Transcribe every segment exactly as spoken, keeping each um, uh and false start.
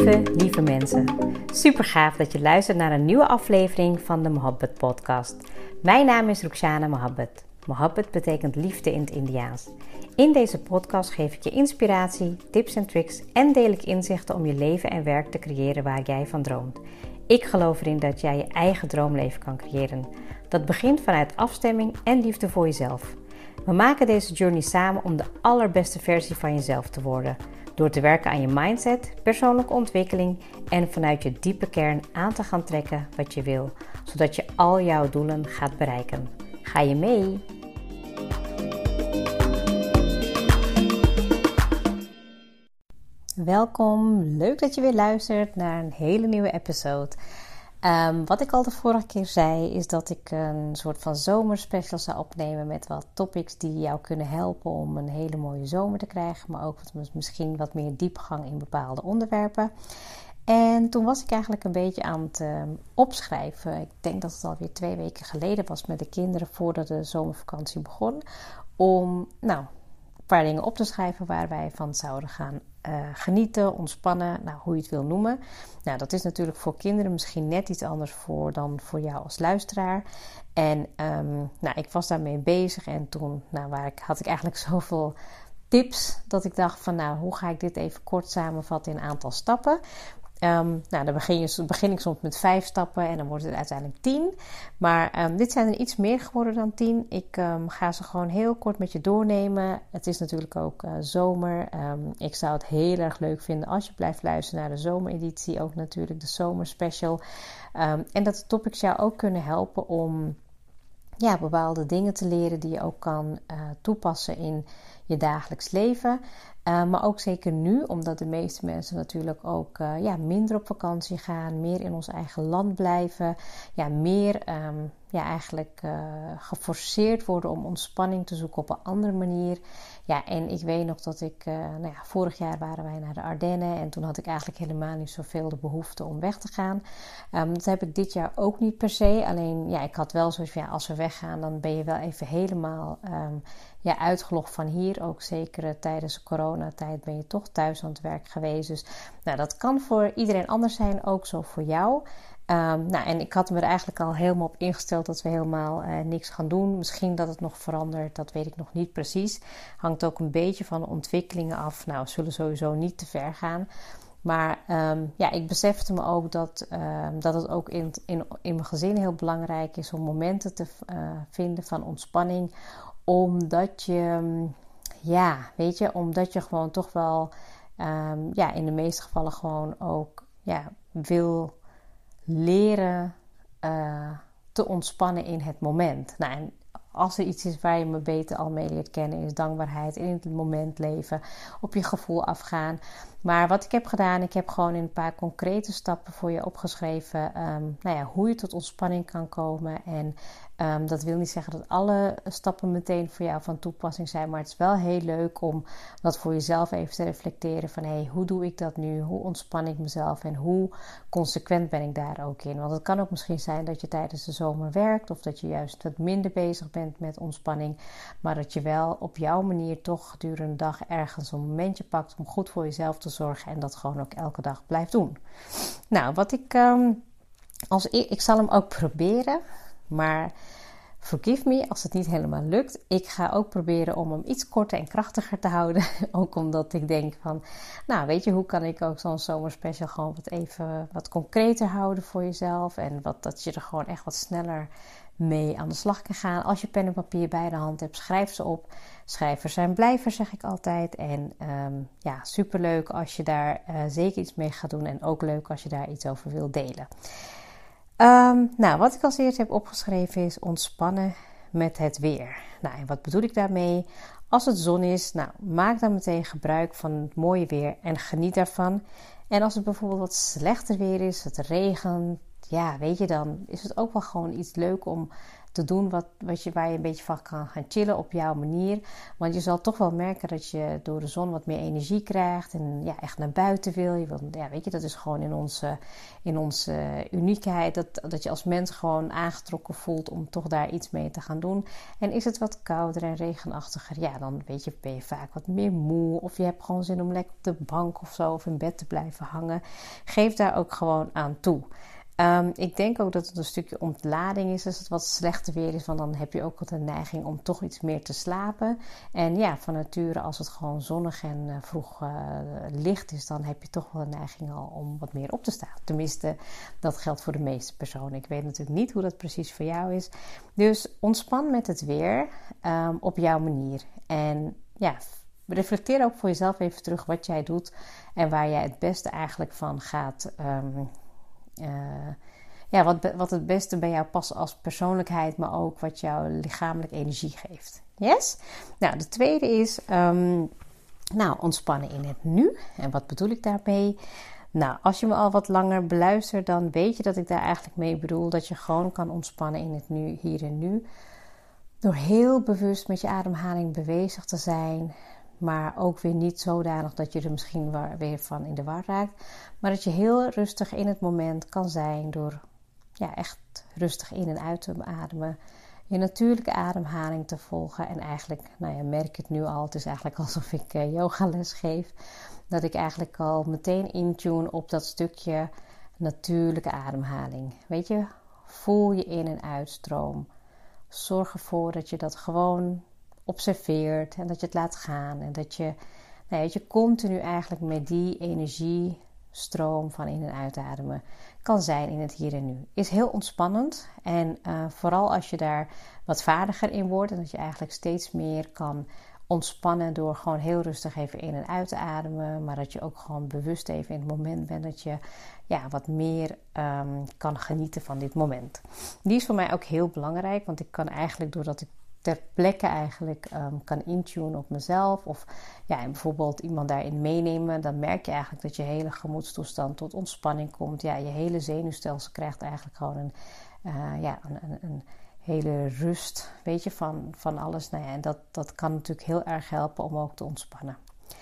Lieve, lieve mensen. Super gaaf dat je luistert naar een nieuwe aflevering van de Mohabbat podcast. Mijn naam is Rukhsana Mohabbat. Mohabbat betekent liefde in het Indiaans. In deze podcast geef ik je inspiratie, tips en tricks en deel ik inzichten om je leven en werk te creëren waar jij van droomt. Ik geloof erin dat jij je eigen droomleven kan creëren. Dat begint vanuit afstemming en liefde voor jezelf. We maken deze journey samen om de allerbeste versie van jezelf te worden. Door te werken aan je mindset, persoonlijke ontwikkeling en vanuit je diepe kern aan te gaan trekken wat je wil. Zodat je al jouw doelen gaat bereiken. Ga je mee? Welkom, leuk dat je weer luistert naar een hele nieuwe episode. Um, wat ik al de vorige keer zei is dat ik een soort van zomerspecial zou opnemen met wat topics die jou kunnen helpen om een hele mooie zomer te krijgen, maar ook misschien wat meer diepgang in bepaalde onderwerpen. En toen was ik eigenlijk een beetje aan het uh, opschrijven. Ik denk dat het alweer twee weken geleden was met de kinderen voordat de zomervakantie begon. Om nou, een paar dingen op te schrijven waar wij van zouden gaan uh, genieten, ontspannen, nou, hoe je het wil noemen. Nou, dat is natuurlijk voor kinderen misschien net iets anders voor dan voor jou als luisteraar. En um, nou, ik was daarmee bezig en toen nou, waar ik, had ik eigenlijk zoveel tips dat ik dacht van nou, hoe ga ik dit even kort samenvatten in een aantal stappen. Um, nou, dan begin, je, begin ik soms met vijf stappen en dan wordt het uiteindelijk tien. Maar um, dit zijn er iets meer geworden dan tien. Ik um, ga ze gewoon heel kort met je doornemen. Het is natuurlijk ook uh, zomer. Um, ik zou het heel erg leuk vinden als je blijft luisteren naar de zomereditie. Ook natuurlijk de zomerspecial. Um, en dat de topics jou ook kunnen helpen om ja, bepaalde dingen te leren die je ook kan uh, toepassen in je dagelijks leven. Uh, maar ook zeker nu, omdat de meeste mensen natuurlijk ook uh, ja, minder op vakantie gaan, meer in ons eigen land blijven, ja, meer um, ja, eigenlijk uh, geforceerd worden om ontspanning te zoeken op een andere manier. Ja, en ik weet nog dat ik, uh, nou ja, vorig jaar waren wij naar de Ardennen en toen had ik eigenlijk helemaal niet zoveel de behoefte om weg te gaan. Um, dat heb ik dit jaar ook niet per se, alleen ja, ik had wel zoiets van ja, als we weggaan dan ben je wel even helemaal um, ja, uitgelogd van hier. Ook zeker uh, tijdens de coronatijd ben je toch thuis aan het werk geweest. Dus nou, dat kan voor iedereen anders zijn, ook zo voor jou. Um, nou, en ik had me er eigenlijk al helemaal op ingesteld dat we helemaal uh, niks gaan doen. Misschien dat het nog verandert, dat weet ik nog niet precies. Hangt ook een beetje van de ontwikkelingen af. Nou, we zullen sowieso niet te ver gaan. Maar um, ja, ik besefte me ook dat, um, dat het ook in, in, in mijn gezin heel belangrijk is om momenten te uh, vinden van ontspanning. Omdat je, ja, weet je, omdat je gewoon toch wel, um, ja, in de meeste gevallen gewoon ook, ja, wil leren uh, te ontspannen in het moment. Nou, en als er iets is waar je me beter al mee leert kennen, is dankbaarheid, in het moment leven, op je gevoel afgaan. Maar wat ik heb gedaan, ik heb gewoon in een paar concrete stappen voor je opgeschreven, um, nou ja, hoe je tot ontspanning kan komen. En um, dat wil niet zeggen dat alle stappen meteen voor jou van toepassing zijn, maar het is wel heel leuk om dat voor jezelf even te reflecteren van hé, hey, hoe doe ik dat nu? Hoe ontspan ik mezelf en hoe consequent ben ik daar ook in? Want het kan ook misschien zijn dat je tijdens de zomer werkt of dat je juist wat minder bezig bent met ontspanning, maar dat je wel op jouw manier toch gedurende de dag ergens een momentje pakt om goed voor jezelf te zorgen en dat gewoon ook elke dag blijft doen. Nou, wat ik um, als e- ik zal hem ook proberen, maar forgive me als het niet helemaal lukt. Ik ga ook proberen om hem iets korter en krachtiger te houden. Ook omdat ik denk van, nou weet je, hoe kan ik ook zo'n zomerspecial gewoon wat even wat concreter houden voor jezelf. En wat, dat je er gewoon echt wat sneller mee aan de slag kan gaan. Als je pen en papier bij de hand hebt, schrijf ze op. Schrijvers zijn blijvers, zeg ik altijd. En um, ja, superleuk als je daar uh, zeker iets mee gaat doen. En ook leuk als je daar iets over wilt delen. Um, nou, wat ik als eerste heb opgeschreven is ontspannen met het weer. Nou, en wat bedoel ik daarmee? Als het zon is, nou, maak dan meteen gebruik van het mooie weer en geniet daarvan. En als het bijvoorbeeld wat slechter weer is, het regent, ja, weet je, dan is het ook wel gewoon iets leuk om te doen wat, wat je, waar je een beetje van kan gaan chillen op jouw manier. Want je zal toch wel merken dat je door de zon wat meer energie krijgt en ja, echt naar buiten wil. Je wil ja, weet je, dat is gewoon in onze, in onze uniekheid, dat, dat je als mens gewoon aangetrokken voelt om toch daar iets mee te gaan doen. En is het wat kouder en regenachtiger, ja, dan weet je, ben je vaak wat meer moe of je hebt gewoon zin om lekker op de bank of zo of in bed te blijven hangen. Geef daar ook gewoon aan toe. Um, ik denk ook dat het een stukje ontlading is als het wat slechter weer is. Want dan heb je ook wat een neiging om toch iets meer te slapen. En ja, van nature als het gewoon zonnig en uh, vroeg uh, licht is, dan heb je toch wel een neiging al om wat meer op te staan. Tenminste, dat geldt voor de meeste personen. Ik weet natuurlijk niet hoe dat precies voor jou is. Dus ontspan met het weer um, op jouw manier. En ja, reflecteer ook voor jezelf even terug wat jij doet en waar jij het beste eigenlijk van gaat um, Uh, ja, wat, wat het beste bij jou past als persoonlijkheid, maar ook wat jouw lichamelijke energie geeft. Yes? Nou, de tweede is um, nou, ontspannen in het nu. En wat bedoel ik daarmee? Nou, als je me al wat langer beluistert, dan weet je dat ik daar eigenlijk mee bedoel dat je gewoon kan ontspannen in het nu, hier en nu. Door heel bewust met je ademhaling bezig te zijn. Maar ook weer niet zodanig dat je er misschien weer van in de war raakt. Maar dat je heel rustig in het moment kan zijn door ja, echt rustig in en uit te ademen. Je natuurlijke ademhaling te volgen. En eigenlijk, nou ja, merk het nu al. Het is eigenlijk alsof ik uh, yogales geef. Dat ik eigenlijk al meteen intune op dat stukje natuurlijke ademhaling. Weet je, voel je in- en uitstroom. Zorg ervoor dat je dat gewoon observeert en dat je het laat gaan. En dat je, nou weet je, continu eigenlijk met die energiestroom van in- en uitademen kan zijn in het hier en nu. Is heel ontspannend. En uh, vooral als je daar wat vaardiger in wordt en dat je eigenlijk steeds meer kan ontspannen door gewoon heel rustig even in- en uit te ademen. Maar dat je ook gewoon bewust even in het moment bent dat je ja, wat meer um, kan genieten van dit moment. Die is voor mij ook heel belangrijk, want ik kan eigenlijk doordat ik ter plekke eigenlijk um, kan intunen op mezelf. Of ja, en bijvoorbeeld iemand daarin meenemen. Dan merk je eigenlijk dat je hele gemoedstoestand tot ontspanning komt. Ja, je hele zenuwstelsel krijgt eigenlijk gewoon een, uh, ja, een, een, een hele rust. Weet je, van, van alles. Nou ja, en dat, dat kan natuurlijk heel erg helpen om ook te ontspannen.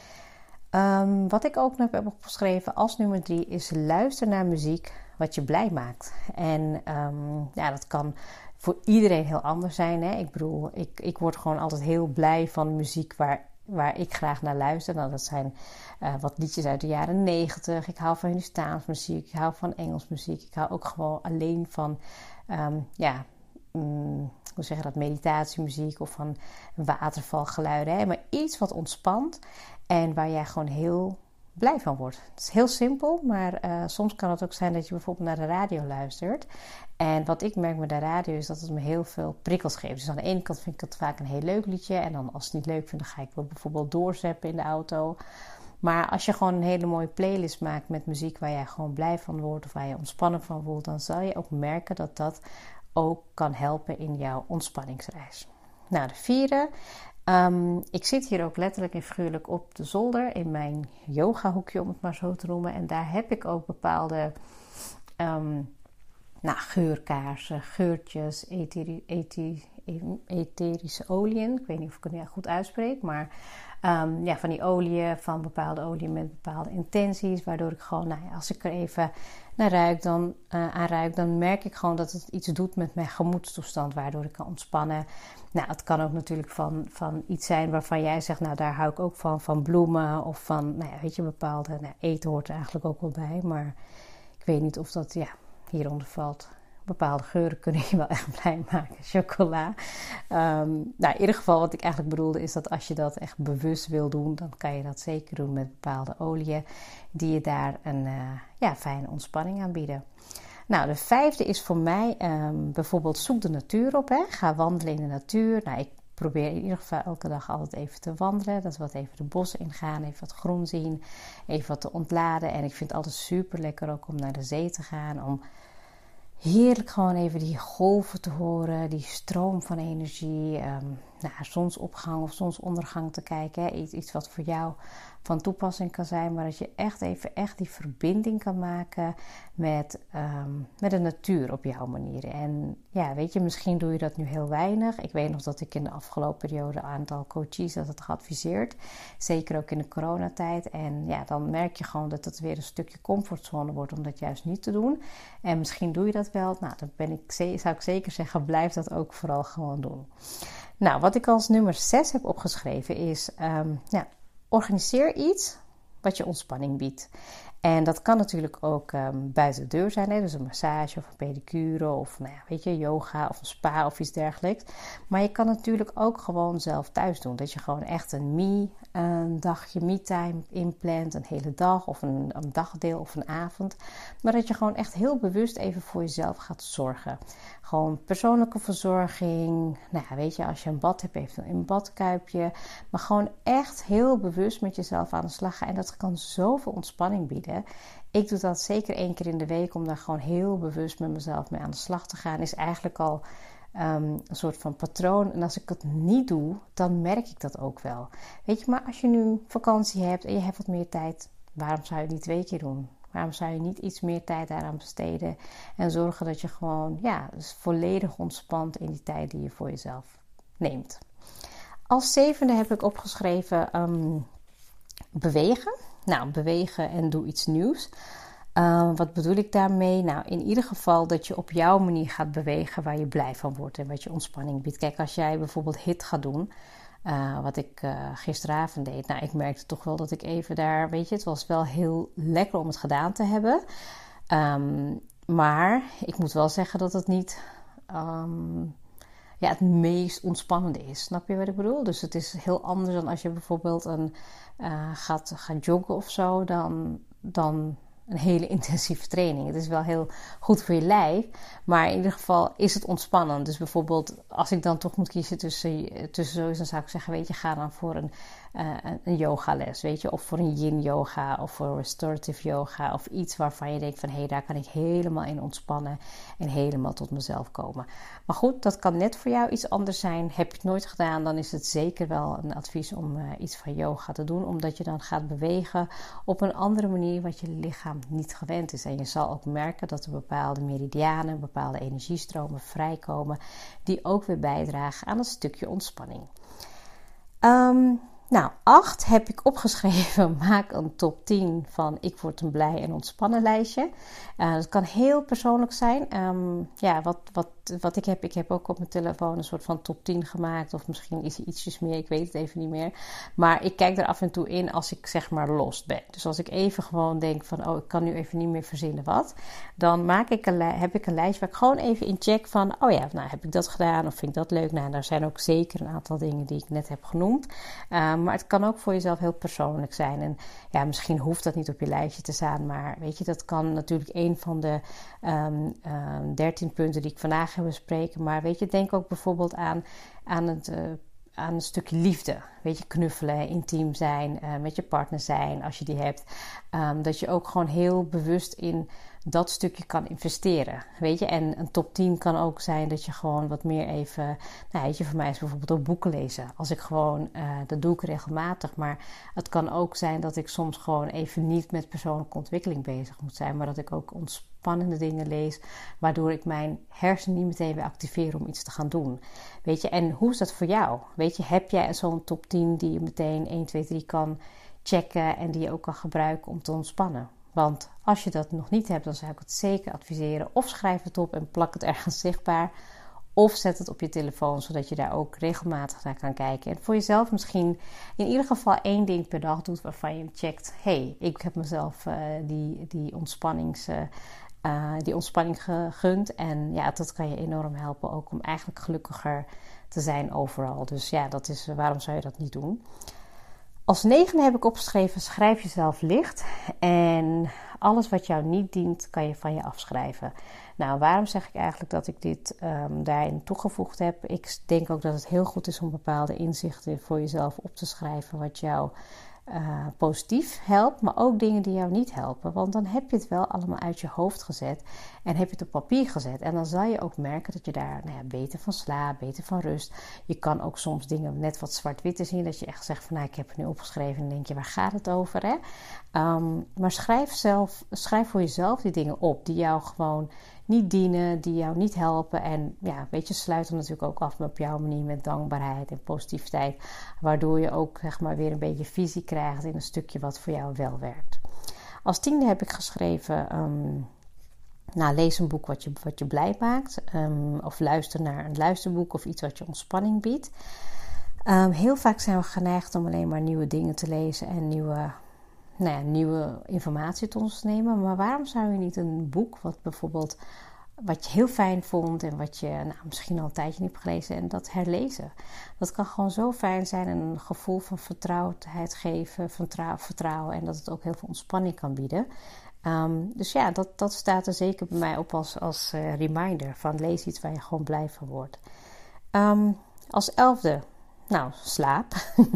Um, wat ik ook nog heb opgeschreven als nummer drie is luister naar muziek wat je blij maakt. En um, ja, dat kan voor iedereen heel anders zijn. Hè? Ik bedoel, ik, ik word gewoon altijd heel blij van muziek waar, waar ik graag naar luister. Nou, dat zijn uh, wat liedjes uit de jaren negentig. Ik hou van Hindustaans muziek. Ik hou van Engels muziek. Ik hou ook gewoon alleen van, um, ja, um, hoe zeg je dat, meditatiemuziek of van watervalgeluiden. Hè? Maar iets wat ontspant en waar jij gewoon heel blij van wordt. Het is heel simpel, maar uh, soms kan het ook zijn dat je bijvoorbeeld naar de radio luistert. En wat ik merk met de radio is dat het me heel veel prikkels geeft. Dus aan de ene kant vind ik het vaak een heel leuk liedje. En dan als ik het niet leuk vind, dan ga ik wel bijvoorbeeld doorzeppen in de auto. Maar als je gewoon een hele mooie playlist maakt met muziek waar jij gewoon blij van wordt of waar je ontspannen van voelt, dan zal je ook merken dat dat ook kan helpen in jouw ontspanningsreis. Nou, de vierde. Um, ik zit hier ook letterlijk en figuurlijk op de zolder in mijn yogahoekje, om het maar zo te noemen. En daar heb ik ook bepaalde um, nou, geurkaarsen, geurtjes, etheri, etheri, etherische oliën. Ik weet niet of ik het nou goed uitspreek, maar um, ja, van die oliën, van bepaalde oliën met bepaalde intenties, waardoor ik gewoon, nou ja, als ik er even naar ruik, dan, uh, aan ruik, dan merk ik gewoon dat het iets doet met mijn gemoedstoestand, waardoor ik kan ontspannen. Nou, het kan ook natuurlijk van, van iets zijn waarvan jij zegt, nou, daar hou ik ook van, van bloemen of van, nou ja, weet je, bepaalde, nou, eten hoort er eigenlijk ook wel bij, maar ik weet niet of dat, ja, hieronder valt. Bepaalde geuren kunnen je wel echt blij maken. Chocola. Um, nou, in ieder geval wat ik eigenlijk bedoelde is dat als je dat echt bewust wil doen, dan kan je dat zeker doen met bepaalde oliën die je daar een uh, ja, fijne ontspanning aan bieden. Nou, de vijfde is voor mij um, bijvoorbeeld zoek de natuur op. Hè. Ga wandelen in de natuur. Nou, ik probeer in ieder geval elke dag altijd even te wandelen. Dat we wat even de bossen ingaan, even wat groen zien, even wat te ontladen. En ik vind het altijd super lekker ook om naar de zee te gaan, om heerlijk gewoon even die golven te horen, die stroom van energie, um, naar zonsopgang of zonsondergang te kijken. Hè. Iets, iets wat voor jou van toepassing kan zijn. Maar dat je echt even echt die verbinding kan maken met, um, met de natuur op jouw manier. En ja, weet je, misschien doe je dat nu heel weinig. Ik weet nog dat ik in de afgelopen periode een aantal coaches had het geadviseerd. Zeker ook in de coronatijd. En ja, dan merk je gewoon dat het weer een stukje comfortzone wordt om dat juist niet te doen. En misschien doe je dat wel. Nou, dan ben ik, zou ik zeker zeggen, blijf dat ook vooral gewoon doen. Nou, wat ik als nummer zes heb opgeschreven is, um, ja, organiseer iets wat je ontspanning biedt. En dat kan natuurlijk ook um, buiten de deur zijn, hè? Dus een massage of een pedicure of nou ja, weet je, yoga of een spa of iets dergelijks. Maar je kan natuurlijk ook gewoon zelf thuis doen. Dat je gewoon echt een me, een dagje me-time inplant, een hele dag of een, een dagdeel of een avond. Maar dat je gewoon echt heel bewust even voor jezelf gaat zorgen. Gewoon persoonlijke verzorging. Nou ja, weet je, als je een bad hebt, even een badkuipje. Maar gewoon echt heel bewust met jezelf aan de slag gaan. En dat kan zoveel ontspanning bieden. Ik doe dat zeker één keer in de week om daar gewoon heel bewust met mezelf mee aan de slag te gaan. Is eigenlijk al um, een soort van patroon. En als ik het niet doe, dan merk ik dat ook wel. Weet je, maar als je nu vakantie hebt en je hebt wat meer tijd, waarom zou je het niet twee keer doen? Waarom zou je niet iets meer tijd daaraan besteden en zorgen dat je gewoon ja, dus volledig ontspant in die tijd die je voor jezelf neemt. Als zevende heb ik opgeschreven um, bewegen. Nou, bewegen en doe iets nieuws. Uh, wat bedoel ik daarmee? Nou, in ieder geval dat je op jouw manier gaat bewegen waar je blij van wordt en wat je ontspanning biedt. Kijk, als jij bijvoorbeeld hit gaat doen, Uh, wat ik uh, gisteravond deed. Nou, ik merkte toch wel dat ik even daar, weet je, het was wel heel lekker om het gedaan te hebben. Um, maar ik moet wel zeggen dat het niet um, ja, het meest ontspannende is. Snap je wat ik bedoel? Dus het is heel anders dan als je bijvoorbeeld een, uh, gaat, gaat joggen of zo, dan, dan een hele intensieve training. Het is wel heel goed voor je lijf, maar in ieder geval is het ontspannend. Dus bijvoorbeeld, als ik dan toch moet kiezen tussen, tussen zoiets, dan zou ik zeggen, weet je, ga dan voor een, uh, een yogales, weet je, of voor een yin yoga, of voor restorative yoga, of iets waarvan je denkt van, hé, hey, daar kan ik helemaal in ontspannen en helemaal tot mezelf komen. Maar goed, dat kan net voor jou iets anders zijn. Heb je het nooit gedaan, dan is het zeker wel een advies om uh, iets van yoga te doen, omdat je dan gaat bewegen op een andere manier wat je lichaam niet gewend is. En je zal ook merken dat er bepaalde meridianen, bepaalde energiestromen vrijkomen, die ook weer bijdragen aan een stukje ontspanning. Um, nou, acht heb ik opgeschreven. Maak een top tien van ik word een blij en ontspannen lijstje. Uh, dat kan heel persoonlijk zijn. Um, ja, wat, wat, wat ik heb, ik heb ook op mijn telefoon een soort van top tien gemaakt. Of misschien is er ietsjes meer, ik weet het even niet meer. Maar ik kijk er af en toe in als ik zeg maar lost ben. Dus als ik even gewoon denk van, oh, ik kan nu even niet meer verzinnen wat. Dan maak ik een, heb ik een lijstje waar ik gewoon even in check van, oh ja, nou heb ik dat gedaan of vind ik dat leuk. Nou, daar zijn ook zeker een aantal dingen die ik net heb genoemd. Um, Maar het kan ook voor jezelf heel persoonlijk zijn. En ja, misschien hoeft dat niet op je lijstje te staan. Maar weet je, dat kan natuurlijk een van de um, um, dertien punten die ik vandaag heb bespreken. Maar weet je, denk ook bijvoorbeeld aan, aan, het, uh, aan een stukje liefde. Weet je, knuffelen, intiem zijn, uh, met je partner zijn als je die hebt. Um, dat je ook gewoon heel bewust in dat stukje kan investeren, weet je. En een top tien kan ook zijn dat je gewoon wat meer even, nou weet je, voor mij is bijvoorbeeld ook boeken lezen. Als ik gewoon, uh, dat doe ik regelmatig, maar het kan ook zijn dat ik soms gewoon even niet met persoonlijke ontwikkeling bezig moet zijn, maar dat ik ook ontspannende dingen lees, waardoor ik mijn hersenen niet meteen weer activeer om iets te gaan doen. Weet je, en hoe is dat voor jou? Weet je, heb jij zo'n top tien die je meteen één, twee, drie kan checken en die je ook kan gebruiken om te ontspannen? Want als je dat nog niet hebt, dan zou ik het zeker adviseren. Of schrijf het op en plak het ergens zichtbaar. Of zet het op je telefoon, zodat je daar ook regelmatig naar kan kijken. En voor jezelf misschien in ieder geval één ding per dag doet waarvan je checkt. Hé, hey, ik heb mezelf uh, die, die, ontspannings, uh, uh, die ontspanning gegund. En ja, dat kan je enorm helpen ook om eigenlijk gelukkiger te zijn overal. Dus ja, dat is, uh, waarom zou je dat niet doen? Als negende heb ik opgeschreven, schrijf jezelf licht en alles wat jou niet dient, kan je van je afschrijven. Nou, waarom zeg ik eigenlijk dat ik dit um, daarin toegevoegd heb? Ik denk ook dat het heel goed is om bepaalde inzichten voor jezelf op te schrijven wat jou uh, positief helpt, maar ook dingen die jou niet helpen. Want dan heb je het wel allemaal uit je hoofd gezet en heb je het op papier gezet. En dan zal je ook merken dat je daar nou ja, beter van slaapt, beter van rust. Je kan ook soms dingen net wat zwart-wit zien, dat je echt zegt van nou, ik heb het nu opgeschreven en dan denk je, waar gaat het over? Hè? Um, maar schrijf, zelf, schrijf voor jezelf die dingen op die jou gewoon niet dienen, die jou niet helpen. En ja, weet je, sluit er natuurlijk ook af op jouw manier met dankbaarheid en positiviteit. Waardoor je ook zeg maar weer een beetje visie krijgt in een stukje wat voor jou wel werkt. Als tiende heb ik geschreven, um, nou, lees een boek wat je, wat je blij maakt. Um, of luister naar een luisterboek of iets wat je ontspanning biedt. Um, heel vaak zijn we geneigd om alleen maar nieuwe dingen te lezen en nieuwe... Nou ja, nieuwe informatie tot ons nemen. Maar waarom zou je niet een boek wat bijvoorbeeld wat je heel fijn vond en wat je nou, misschien al een tijdje niet hebt gelezen en dat herlezen? Dat kan gewoon zo fijn zijn en een gevoel van vertrouwdheid geven, vertrouw, vertrouwen en dat het ook heel veel ontspanning kan bieden. Um, dus ja, dat, dat staat er zeker bij mij op als, als uh, reminder van lees iets waar je gewoon blij van wordt. Um, als elfde... Nou, slaap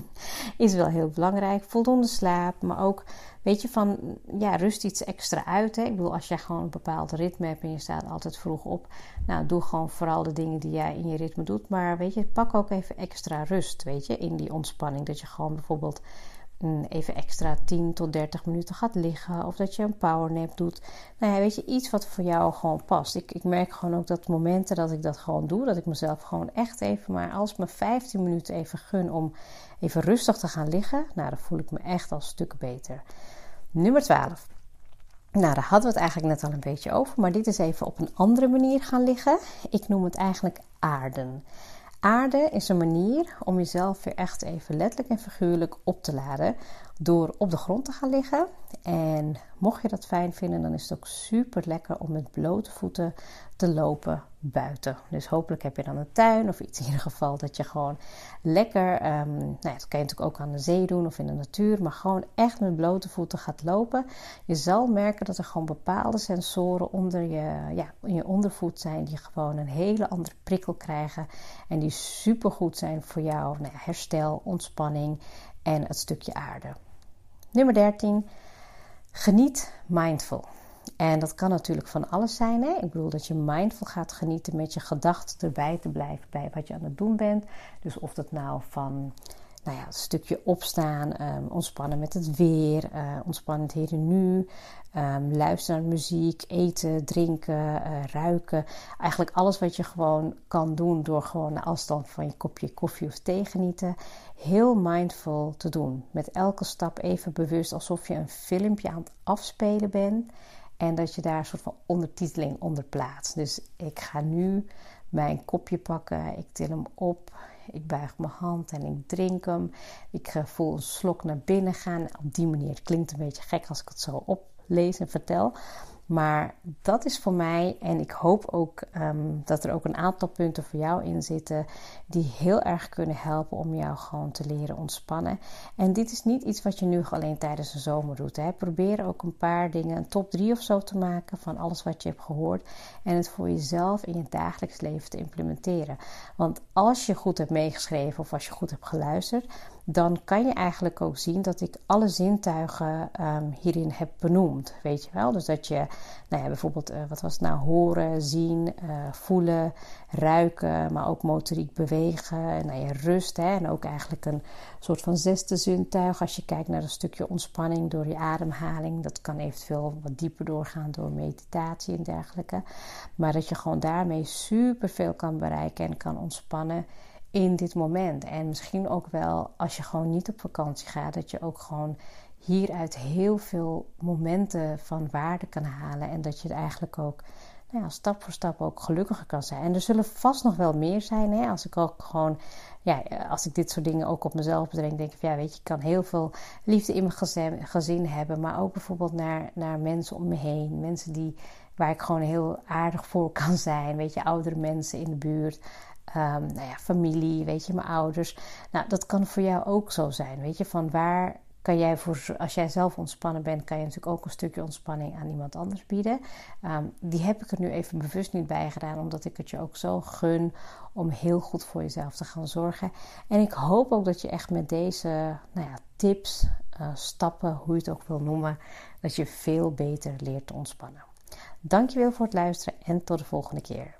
is wel heel belangrijk. Voldoende slaap, maar ook, weet je, van, ja, rust iets extra uit. Hè? Ik bedoel, als jij gewoon een bepaald ritme hebt en je staat altijd vroeg op. Nou, doe gewoon vooral de dingen die jij in je ritme doet. Maar weet je, pak ook even extra rust, weet je, in die ontspanning. Dat je gewoon bijvoorbeeld even extra tien tot dertig minuten gaat liggen. Of dat je een powernap doet. Nou ja, weet je, iets wat voor jou gewoon past. Ik, ik merk gewoon ook dat momenten dat ik dat gewoon doe. Dat ik mezelf gewoon echt even maar als me vijftien minuten even gun om even rustig te gaan liggen. Nou, dan voel ik me echt al stukken beter. Nummer twaalf. Nou, daar hadden we het eigenlijk net al een beetje over. Maar dit is even op een andere manier gaan liggen. Ik noem het eigenlijk aarden. Aarden is een manier om jezelf weer echt even letterlijk en figuurlijk op te laden door op de grond te gaan liggen. En mocht je dat fijn vinden, dan is het ook super lekker om met blote voeten te lopen buiten. Dus hopelijk heb je dan een tuin of iets in ieder geval dat je gewoon lekker, um, nou ja, dat kan je natuurlijk ook aan de zee doen of in de natuur, maar gewoon echt met blote voeten gaat lopen. Je zal merken dat er gewoon bepaalde sensoren onder je, ja, in je ondervoet zijn die gewoon een hele andere prikkel krijgen en die super goed zijn voor jou, nou ja, herstel, ontspanning en het stukje aarde. Nummer dertien. Geniet mindful. En dat kan natuurlijk van alles zijn. Hè? Ik bedoel dat je mindful gaat genieten met je gedachten erbij te blijven bij wat je aan het doen bent. Dus of dat nou van nou ja, een stukje opstaan, um, ontspannen met het weer, uh, ontspannen het hier en nu, um, luisteren naar muziek, eten, drinken, uh, ruiken. Eigenlijk alles wat je gewoon kan doen door gewoon de afstand van je kopje koffie of thee genieten. Heel mindful te doen. Met elke stap even bewust alsof je een filmpje aan het afspelen bent. En dat je daar een soort van ondertiteling onder plaatst. Dus ik ga nu mijn kopje pakken, ik til hem op, ik buig mijn hand en ik drink hem. Ik voel een slok naar binnen gaan. Op die manier, het klinkt een beetje gek als ik het zo oplees en vertel. Maar dat is voor mij, en ik hoop ook um, dat er ook een aantal punten voor jou in zitten die heel erg kunnen helpen om jou gewoon te leren ontspannen. En dit is niet iets wat je nu alleen tijdens de zomer doet. Hè. Probeer ook een paar dingen, een top drie of zo te maken van alles wat je hebt gehoord en het voor jezelf in je dagelijks leven te implementeren. Want als je goed hebt meegeschreven of als je goed hebt geluisterd, dan kan je eigenlijk ook zien dat ik alle zintuigen um, hierin heb benoemd, weet je wel. Dus dat je, nou ja, bijvoorbeeld, uh, wat was het nou, horen, zien, uh, voelen, ruiken, maar ook motoriek bewegen, nou ja, rust, hè, en ook eigenlijk een soort van zesde zintuig als je kijkt naar een stukje ontspanning door je ademhaling. Dat kan eventueel wat dieper doorgaan door meditatie en dergelijke. Maar dat je gewoon daarmee superveel kan bereiken en kan ontspannen in dit moment. En misschien ook wel als je gewoon niet op vakantie gaat, dat je ook gewoon hieruit heel veel momenten van waarde kan halen. En dat je het eigenlijk ook nou ja, stap voor stap ook gelukkiger kan zijn. En er zullen vast nog wel meer zijn. Hè? Als ik ook gewoon, ja, als ik dit soort dingen ook op mezelf bedenk, denk ik, ja, weet je, ik kan heel veel liefde in mijn gezin, gezin hebben. Maar ook bijvoorbeeld naar, naar mensen om me heen. Mensen die, waar ik gewoon heel aardig voor kan zijn. Weet je, oudere mensen in de buurt. Um, nou ja, familie, weet je, mijn ouders. Nou, dat kan voor jou ook zo zijn. Weet je, van waar kan jij voor, als jij zelf ontspannen bent, kan je natuurlijk ook een stukje ontspanning aan iemand anders bieden. Um, die heb ik er nu even bewust niet bij gedaan, omdat ik het je ook zo gun om heel goed voor jezelf te gaan zorgen. En ik hoop ook dat je echt met deze nou ja, tips uh, stappen, hoe je het ook wil noemen, dat je veel beter leert te ontspannen. Dankjewel voor het luisteren en tot de volgende keer.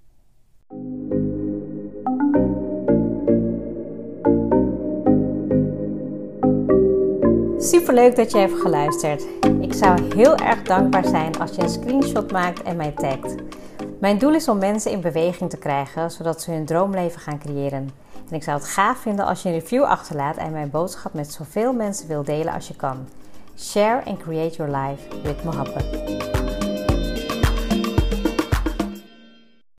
Superleuk dat je hebt geluisterd. Ik zou heel erg dankbaar zijn als je een screenshot maakt en mij tagt. Mijn doel is om mensen in beweging te krijgen, zodat ze hun droomleven gaan creëren. En ik zou het gaaf vinden als je een review achterlaat en mijn boodschap met zoveel mensen wil delen als je kan. Share and create your life with Mohabbat.